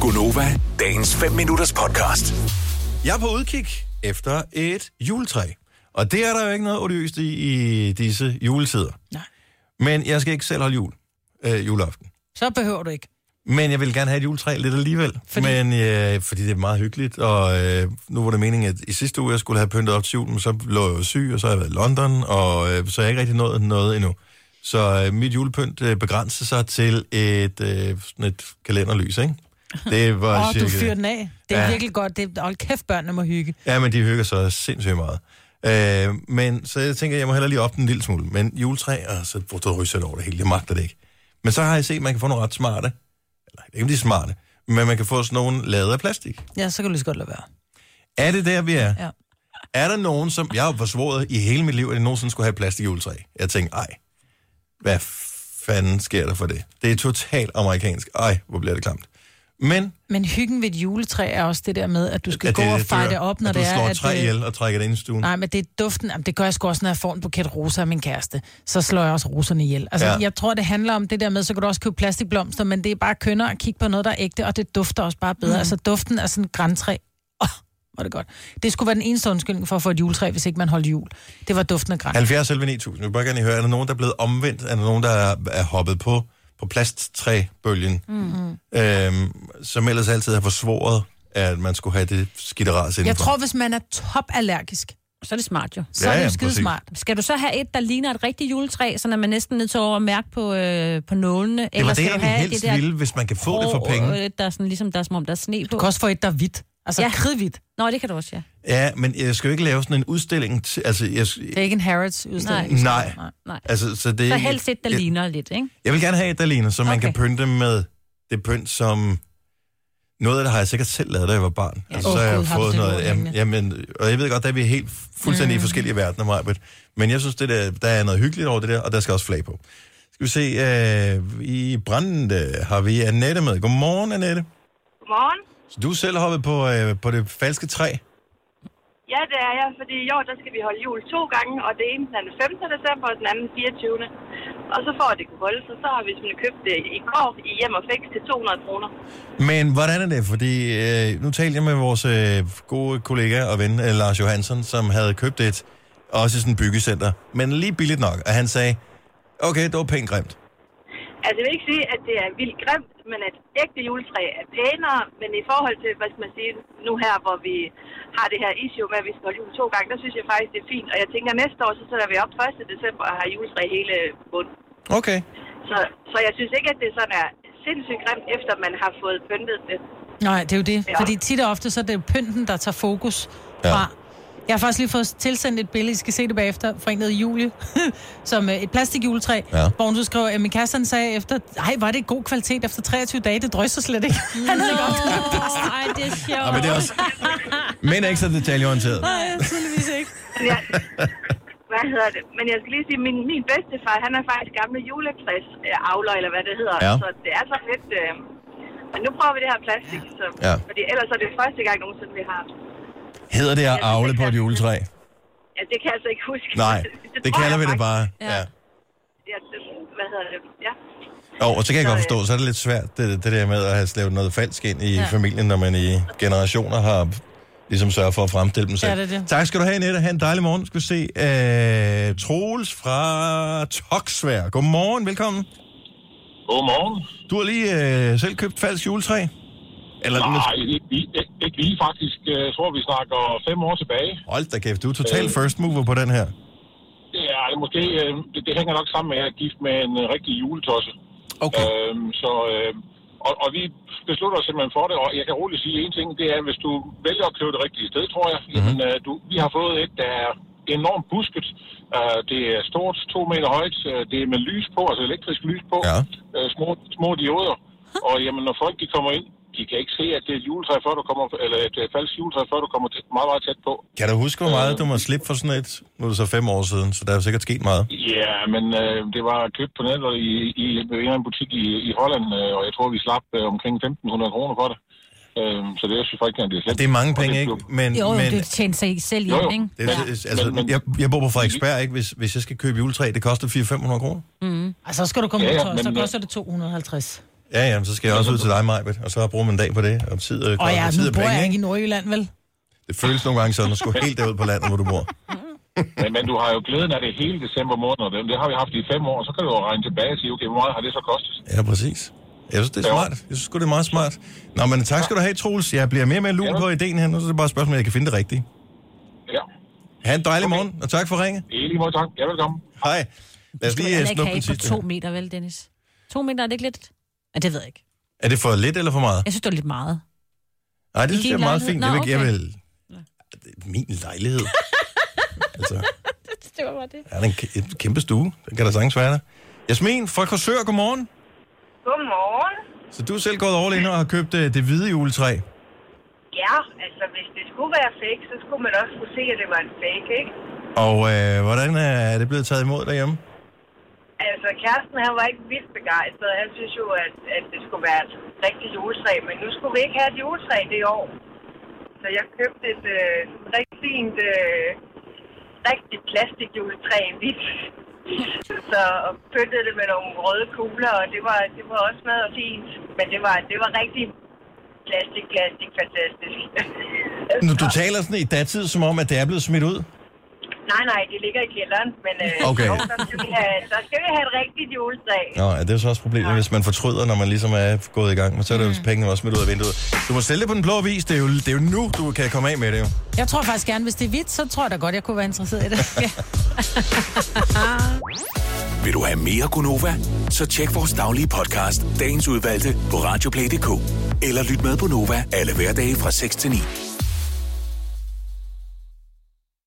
Gonova, dagens 5 minutters podcast. Jeg er på udkig efter et juletræ. Og det er der jo ikke noget odiøst i disse juletider. Nej. Men jeg skal ikke selv holde juleaften. Så behøver du ikke. Men jeg vil gerne have et juletræ lidt alligevel. Fordi det er meget hyggeligt. Og nu var det meningen, at i sidste uge jeg skulle have pyntet op til jul, men så lå jeg jo syg, og så har jeg været i London, og så har jeg ikke rigtig nået noget endnu. Så mit julepynt begrænser sig til sådan et kalenderlys, ikke? Det var du fyrer den af. Det er virkelig godt. Hold kæft, børnene må hygge. Ja, men de hygger så sindssygt meget. Men så jeg tænker, jeg må heller lige op en lille smule. Men juletræ, og så ryser det over det hele. Jeg magter det ikke. Men så har jeg set, at man kan få nogle ret smarte. Eller ikke de er smarte, men man kan få sådan nogle lavet af plastik. Ja, så kan du lige så godt lade være. Er det der, vi er? Ja. Er der nogen, som... Jeg har forsvoret i hele mit liv, at jeg nogensinde skulle have et plastikjuletræ. Jeg tænkte, hvad fanden sker der for det? Det er totalt amerikansk. Hvor bliver det klamt. Men hyggen ved et juletræ er også det der med, at du skal gå og feje det op, når det er... At du slår træ ihjel og trækker det ind i stuen. Nej, men det er duften. Jamen, det gør jeg sgu også, når jeg får en buket roser af min kæreste. Så slår jeg også roserne ihjel. Altså, Jeg tror, det handler om det der med, så kan du også købe plastikblomster, men det er bare kønner at kigge på noget, der er ægte, og det dufter også bare bedre. Altså, duften af sådan et grantræ. Var det godt. Det skulle være den eneste undskyldning for at få et juletræ, hvis ikke man holdt jul. Det var duften af gran. 70 11 9000. Jeg vil bare gerne høre, er der nogen, der er blevet omvendt? Er der nogen, der er hoppet på plasttræbølgen, som ellers altid har forsvoret, at man skulle have det skitteras indenfor? Jeg tror, hvis man er topallergisk, så er det smart jo. Så er det jo skidesmart. Skal du så have et, der ligner et rigtigt juletræ, så er man næsten nødt til at mærke på nålene? Det var det, jeg helst ville, hvis man kan få det for penge. Der er sådan, ligesom der er som om, der er sne på. Du kan også få et, der er hvidt. Altså kridhvidt. Nå, det kan du også, ja. Ja, men jeg skal jo ikke lave sådan en udstilling. Det er ikke en Harrods udstilling. Nej. Altså, så helst et, der ligner lidt, ikke? Jeg vil gerne have et, der ligner, så man kan pynte med det pynt, som... Noget af det har jeg sikkert selv lavet, da jeg var barn. Ja. Altså, så har jeg fået noget... og jeg ved godt, at vi er helt fuldstændig i forskellige verdener, Majbert. Men jeg synes, der er noget hyggeligt over det der, og der skal også flag på. Skal vi se, i Brande har vi Annette med. Godmorgen, Annette. Godmorgen. Så du er selv hoppet på det falske træ? Ja, det er jeg, fordi i år, der skal vi holde jul 2 gange, og det ene den 15. december, og den anden 24. Og så får det kunne holde sig, så har vi simpelthen købt det i går i Hjem og Fix til 200 kroner. Men hvordan er det? Fordi nu talte jeg med vores gode kollega og ven, Lars Johansson, som havde købt et, også i sådan et byggecenter, men lige billigt nok, og han sagde, okay, det var pænt grimt. Altså, jeg vil ikke sige, at det er vildt grimt, men at ægte juletræ er pænere, men i forhold til, hvad skal man sige, nu her, hvor vi har det her issue med, at vi skal holde jul 2 gange, der synes jeg faktisk, det er fint. Og jeg tænker, at næste år, så sætter vi op 1. december og har juletræ hele bunden. Okay. Så jeg synes ikke, at det sådan er sindssygt grimt, efter man har fået pyntet det. Nej, det er jo det. Ja. Fordi tit og ofte, så er det jo pynten, der tager fokus fra... Jeg har faktisk lige fået tilsendt et billede, I skal se det bagefter, fra en, der hedder Julie, som et plastikjuletræ, hvor hun så skriver, at min kæreste sagde efter, var det god kvalitet efter 23 dage, det drysser slet ikke. Han havde godt Ej, det er sjovt. Ja, men det er også... Men er ikke så detaljeorienteret. Nej, tydeligvis ikke. Hvad hedder det? Men jeg skal lige sige, min bedstefar, han er faktisk gamle juletræs avler, eller hvad det hedder. Ja. Så det er så lidt... Men nu prøver vi det her plastik, så, fordi ellers er det første gang nogensinde, vi har... Hedder det at avle på et juletræ? Ja, det kan jeg altså ikke huske. Nej, det kalder vi det bare. Ja. Hvad hedder det? Ja. Og så kan jeg godt forstå, så er det lidt svært, det der med at have slævet noget falsk ind i familien, når man i generationer har ligesom sørget for at fremstille dem selv. Det. Tak skal du have, Annette. Ha' en dejlig morgen. Skal vi se. Troels fra Toksvær. Godmorgen, velkommen. Godmorgen. Du har lige selv købt falsk juletræ? Eller nej, ikke lige faktisk. Jeg tror, vi snakker 5 år tilbage. Hold da kæft, du er total first mover på den her. Ja, måske. Det hænger nok sammen med, at jeg er gift med en rigtig juletosse. Okay. Og vi beslutter os simpelthen for det, og jeg kan roligt sige en ting, det er, hvis du vælger at købe det rigtige sted, tror jeg, vi har fået et, der er enormt busket. Det er stort, 2 meter højt. Det er med lys på, altså elektrisk lys på. Ja. Små dioder. Og jamen, når folk de kommer ind, de kan ikke se, at det er et juletræ, før du kommer, eller et falsk juletræ, før du kommer meget, meget tæt på. Kan du huske, hvor meget du må slippe for sådan et? Nu er det så 5 år siden, så der er sikkert sket meget. Ja, men det var købt på nettet i en eller anden butik i Holland, og jeg tror, vi slap omkring 1.500 kroner for det. Så det synes jeg faktisk, at det er slet. Det er mange penge, ikke? Men det tjener sig selv hjem, ikke? Jeg bor på Frederiksberg, ikke? Hvis jeg skal købe juletræ, det koster 400-500 kroner. Altså, så skal du komme ud, så koster det 250. Ja, så skal jeg også ud til dig, Majbet, og så bruger man en dag på det, og tid og nu bor jeg ikke i Nordjylland, vel? Det føles nogle gange sådan, at skulle helt derud på landet, hvor du bor. Men du har jo glæden af det hele december måned, og det har vi haft i 5 år, så kan du jo regne tilbage og sige, okay, hvor meget har det så kostet? Ja, præcis. Jeg synes, det er smart. Jeg synes det er meget smart. Nå, men tak skal du have, Troels. Jeg bliver mere og mere lun på ideen her, nu så er det bare et spørgsmål, jeg kan finde det rigtige. Ja. Ha' en dejlig morgen, og tak for ringet. I lige måde, tak. Ja, velkommen. Hej. Lad os lige snuppe den sidste. 2 meter, vel, Dennis? 2 meter, er det ikke lidt? Ja, det ved jeg ikke. Er det for lidt eller for meget? Jeg synes, det er lidt meget. Nej, det synes jeg er meget fint. Nå, okay. Jeg vil... Det er min lejlighed. Altså... Det var bare det. Ja, det er en kæmpe stue. Den kan der sagtens være der. Jasmin fra Korsør, godmorgen. Godmorgen. Så du er selv gået all in og har købt det hvide juletræ? Ja, altså hvis det skulle være fake, så skulle man også kunne se, at det var en fake, ikke? Og hvordan er det blevet taget imod derhjemme? Altså kæresten, han var ikke vildt begejstret. Han synes jo, at det skulle være et rigtigt juletræ, men nu skulle vi ikke have et juletræ det år. Så jeg købte et rigtig fint... rigtig plastikjuletræ i hvidt. Så pyntede det med nogle røde kugler, og det var også meget fint. Men det var rigtig plastik, fantastisk. Nu, du taler sådan i datid, som om, at det er blevet smidt ud? Nej, det ligger i kælderen, men okay. Så skal vi have et rigtigt juletræ. Nå, ja, det er så også problemet, hvis man fortryder, når man ligesom er gået i gang. Men så er det jo pengene også smidt ud af vinduet. Du må sælge det på den blå vis. Det er jo nu, du kan komme af med det jo. Jeg tror faktisk gerne, hvis det er hvidt, så tror jeg da godt, jeg kunne være interesseret i det. Vil du have mere Gunova? Så tjek vores daglige podcast, dagens udvalgte, på radioplay.dk. Eller lyt med på Nova alle hverdage fra 6 til 9.